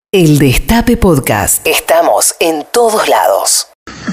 El Destape Podcast. Estamos en todos lados.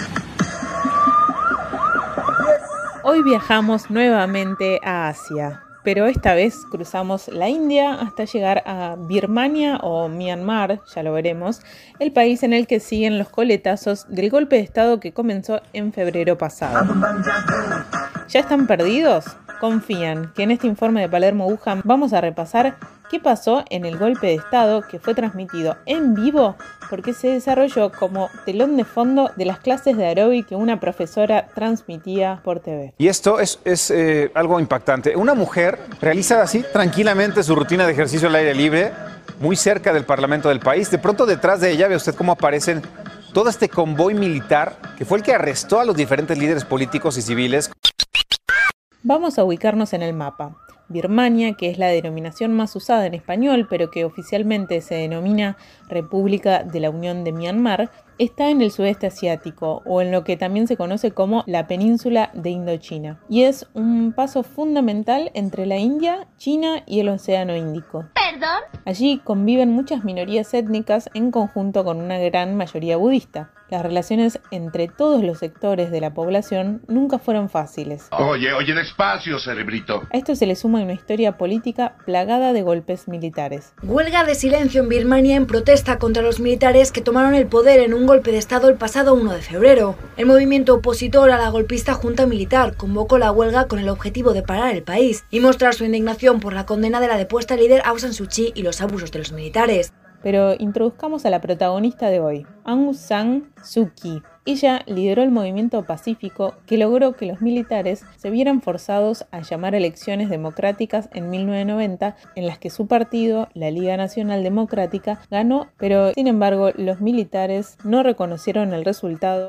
Hoy viajamos nuevamente a Asia, pero esta vez cruzamos la India hasta llegar a Birmania o Myanmar, ya lo veremos, el país en el que siguen los coletazos del golpe de estado que comenzó en febrero pasado. ¿Ya están perdidos? Confían que en este informe de Palermo Wuhan vamos a repasar qué pasó en el golpe de estado que fue transmitido en vivo porque se desarrolló como telón de fondo de las clases de aeróbic que una profesora transmitía por TV. Y esto es algo impactante. Una mujer realiza así tranquilamente su rutina de ejercicio al aire libre, muy cerca del parlamento del país. De pronto detrás de ella ve usted cómo aparecen todo este convoy militar que fue el que arrestó a los diferentes líderes políticos y civiles. Vamos a ubicarnos en el mapa. Birmania, que es la denominación más usada en español, pero que oficialmente se denomina República de la Unión de Myanmar, está en el sudeste asiático, o en lo que también se conoce como la península de Indochina, y es un paso fundamental entre la India, China y el Océano Índico. ¿Perdón? Allí conviven muchas minorías étnicas en conjunto con una gran mayoría budista. Las relaciones entre todos los sectores de la población nunca fueron fáciles. Oye, despacio, cerebrito. A esto se le suma una historia política plagada de golpes militares. Huelga de silencio en Birmania en protesta contra los militares que tomaron el poder en un golpe de estado el pasado 1 de febrero. El movimiento opositor a la golpista junta militar convocó la huelga con el objetivo de parar el país y mostrar su indignación por la condena de la depuesta líder Aung San Suu Kyi y los abusos de los militares. Pero introduzcamos a la protagonista de hoy, Aung San Suu Kyi. Ella lideró el movimiento pacífico que logró que los militares se vieran forzados a llamar a elecciones democráticas en 1990, en las que su partido, la Liga Nacional Democrática, ganó, pero sin embargo los militares no reconocieron el resultado.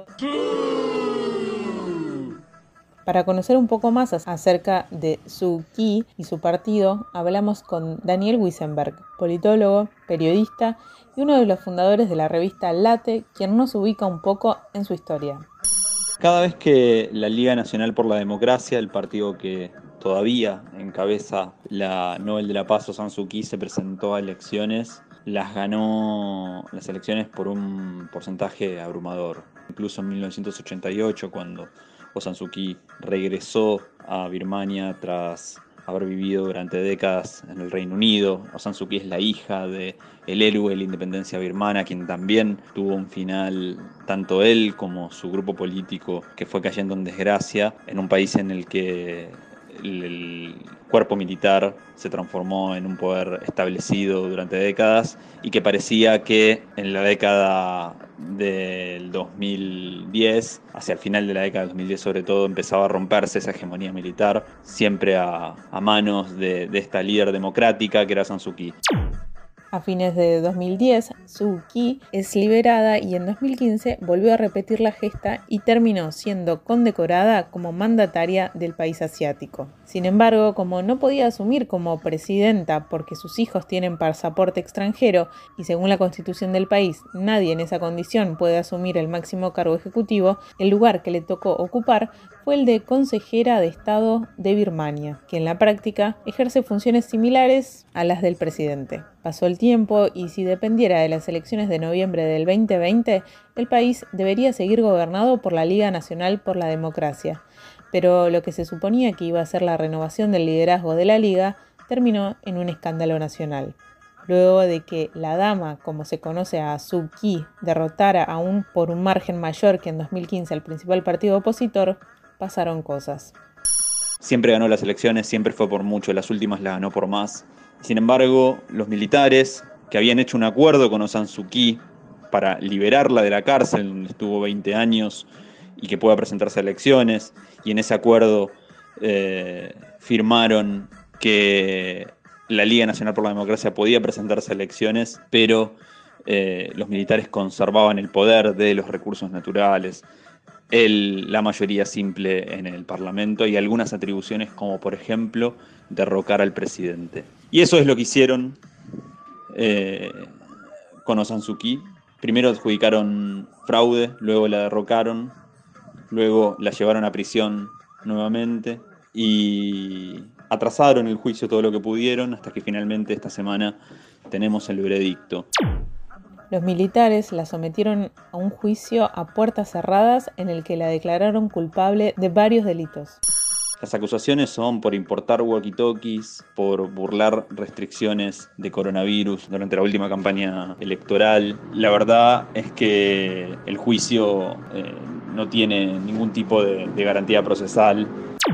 Para conocer un poco más acerca de Suu Kyi y su partido, hablamos con Daniel Wiesenberg, politólogo, periodista y uno de los fundadores de la revista Late, quien nos ubica un poco en su historia. Cada vez que la Liga Nacional por la Democracia, el partido que todavía encabeza la Nobel de la Paz, Aung San Suu Kyi, se presentó a elecciones, las ganó las elecciones por un porcentaje abrumador. Incluso en 1988, cuando Aung San Suu Kyi regresó a Birmania tras haber vivido durante décadas en el Reino Unido. Aung San Suu Kyi es la hija del héroe de la independencia birmana, quien también tuvo un final, tanto él como su grupo político, que fue cayendo en desgracia en un país en el que el cuerpo militar se transformó en un poder establecido durante décadas y que parecía que en la década del 2010, hacia el final de la década del 2010 sobre todo, empezaba a romperse esa hegemonía militar, siempre a manos de esta líder democrática que era Aung San Suu Kyi. A fines de 2010, Suu Kyi es liberada y en 2015 volvió a repetir la gesta y terminó siendo condecorada como mandataria del país asiático. Sin embargo, como no podía asumir como presidenta porque sus hijos tienen pasaporte extranjero y según la constitución del país nadie en esa condición puede asumir el máximo cargo ejecutivo, el lugar que le tocó ocupar fue el de consejera de Estado de Birmania, que en la práctica ejerce funciones similares a las del presidente. Pasó el tiempo y si dependiera de las elecciones de noviembre del 2020, el país debería seguir gobernado por la Liga Nacional por la Democracia. Pero lo que se suponía que iba a ser la renovación del liderazgo de la Liga terminó en un escándalo nacional. Luego de que la dama, como se conoce a Suu Kyi, derrotara aún por un margen mayor que en 2015 al principal partido opositor, pasaron cosas. Siempre ganó las elecciones, siempre fue por mucho, las últimas las ganó por más. Sin embargo, los militares, que habían hecho un acuerdo con Aung San Suu Kyi para liberarla de la cárcel, donde estuvo 20 años, y que pueda presentarse a elecciones, y en ese acuerdo firmaron que la Liga Nacional por la Democracia podía presentarse a elecciones, pero los militares conservaban el poder de los recursos naturales, la mayoría simple en el Parlamento y algunas atribuciones como, por ejemplo, derrocar al presidente. Y eso es lo que hicieron con Aung San Suu Kyi. Primero adjudicaron fraude, luego la derrocaron, luego la llevaron a prisión nuevamente y atrasaron el juicio todo lo que pudieron hasta que finalmente esta semana tenemos el veredicto. Los militares la sometieron a un juicio a puertas cerradas en el que la declararon culpable de varios delitos. Las acusaciones son por importar walkie-talkies, por burlar restricciones de coronavirus durante la última campaña electoral. La verdad es que el juicio no tiene ningún tipo de garantía procesal.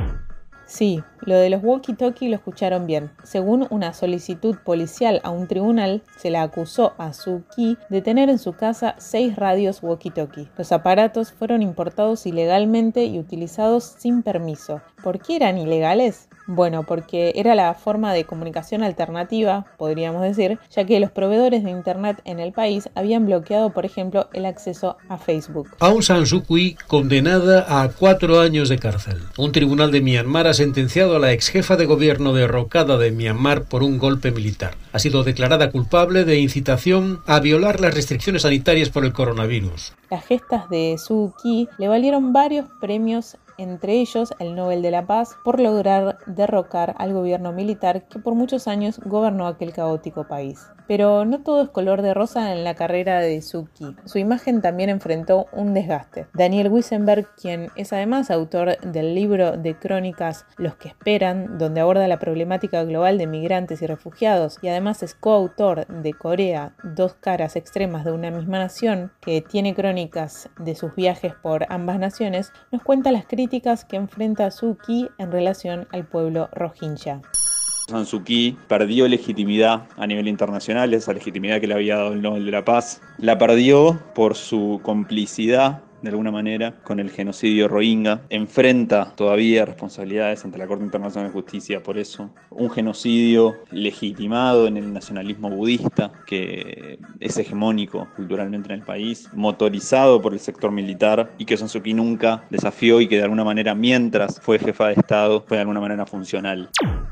Sí, lo de los walkie-talkie lo escucharon bien. Según una solicitud policial a un tribunal, se la acusó a Suu Kyi de tener en su casa 6 radios walkie-talkie. Los aparatos fueron importados ilegalmente y utilizados sin permiso. ¿Por qué eran ilegales? Bueno, porque era la forma de comunicación alternativa, podríamos decir, ya que los proveedores de internet en el país habían bloqueado, por ejemplo, el acceso a Facebook. Aung San Suu Kyi condenada a 4 años de cárcel. Un tribunal de Myanmar ha sentenciado a la exjefa de gobierno derrocada de Myanmar por un golpe militar. Ha sido declarada culpable de incitación a violar las restricciones sanitarias por el coronavirus. Las gestas de Suu Kyi le valieron varios premios, entre ellos el Nobel de la Paz, por lograr derrocar al gobierno militar que por muchos años gobernó aquel caótico país. Pero no todo es color de rosa en la carrera de Suu Kyi. Su imagen también enfrentó un desgaste. Daniel Wiesenberg, quien es además autor del libro de crónicas Los que esperan, donde aborda la problemática global de migrantes y refugiados, y además es coautor de Corea, 2 caras extremas de una misma nación, que tiene crónicas de sus viajes por ambas naciones, nos cuenta las críticas que enfrenta Suu Kyi en relación al pueblo rohingya. San Suu Kyi perdió legitimidad a nivel internacional, esa legitimidad que le había dado el Nobel de la Paz. La perdió por su complicidad, de alguna manera, con el genocidio rohingya. Enfrenta todavía responsabilidades ante la Corte Internacional de Justicia por eso. Un genocidio legitimado en el nacionalismo budista, que es hegemónico culturalmente en el país, motorizado por el sector militar y que San Suu Kyi nunca desafió y que de alguna manera, mientras fue jefa de Estado, fue de alguna manera funcional.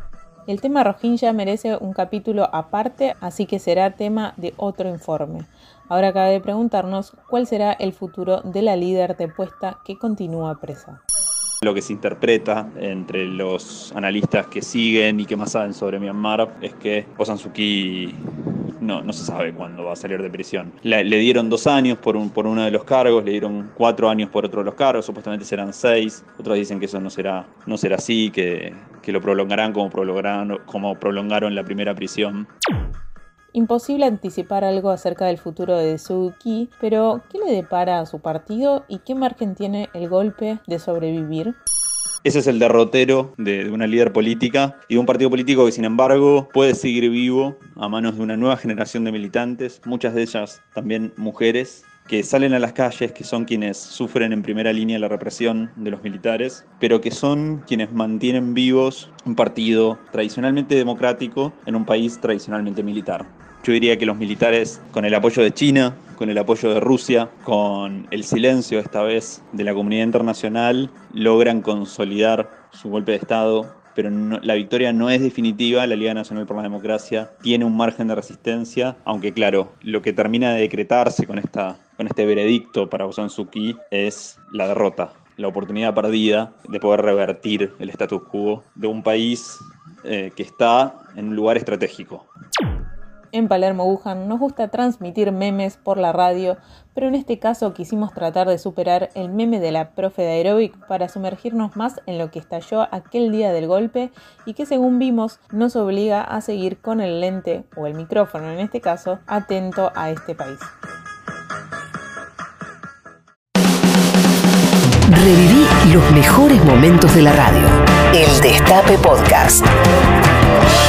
El tema rohingya merece un capítulo aparte, así que será tema de otro informe. Ahora cabe preguntarnos cuál será el futuro de la líder depuesta que continúa presa. Lo que se interpreta entre los analistas que siguen y que más saben sobre Myanmar es que Aung San Suu Kyi no se sabe cuándo va a salir de prisión. Le dieron 2 años por uno de los cargos, le dieron 4 años por otro de los cargos, supuestamente serán 6. Otros dicen que eso no será así, que lo prolongarán como prolongaron la primera prisión. Imposible anticipar algo acerca del futuro de Suu Kyi, pero ¿qué le depara a su partido y qué margen tiene el golpe de sobrevivir? Ese es el derrotero de una líder política y de un partido político que, sin embargo, puede seguir vivo a manos de una nueva generación de militantes, muchas de ellas también mujeres, que salen a las calles, que son quienes sufren en primera línea la represión de los militares, pero que son quienes mantienen vivos un partido tradicionalmente democrático en un país tradicionalmente militar. Yo diría que los militares, con el apoyo de China, con el apoyo de Rusia, con el silencio esta vez de la comunidad internacional, logran consolidar su golpe de Estado, pero la victoria no es definitiva. La Liga Nacional por la Democracia tiene un margen de resistencia, aunque claro, lo que termina de decretarse con este veredicto para Aung San Suu Kyi es la derrota, la oportunidad perdida de poder revertir el status quo de un país que está en un lugar estratégico. En Palermo Wuhan nos gusta transmitir memes por la radio, pero en este caso quisimos tratar de superar el meme de la profe de aeróbic para sumergirnos más en lo que estalló aquel día del golpe y que, según vimos, nos obliga a seguir con el lente, o el micrófono en este caso, atento a este país. Reviví los mejores momentos de la radio. El Destape Podcast.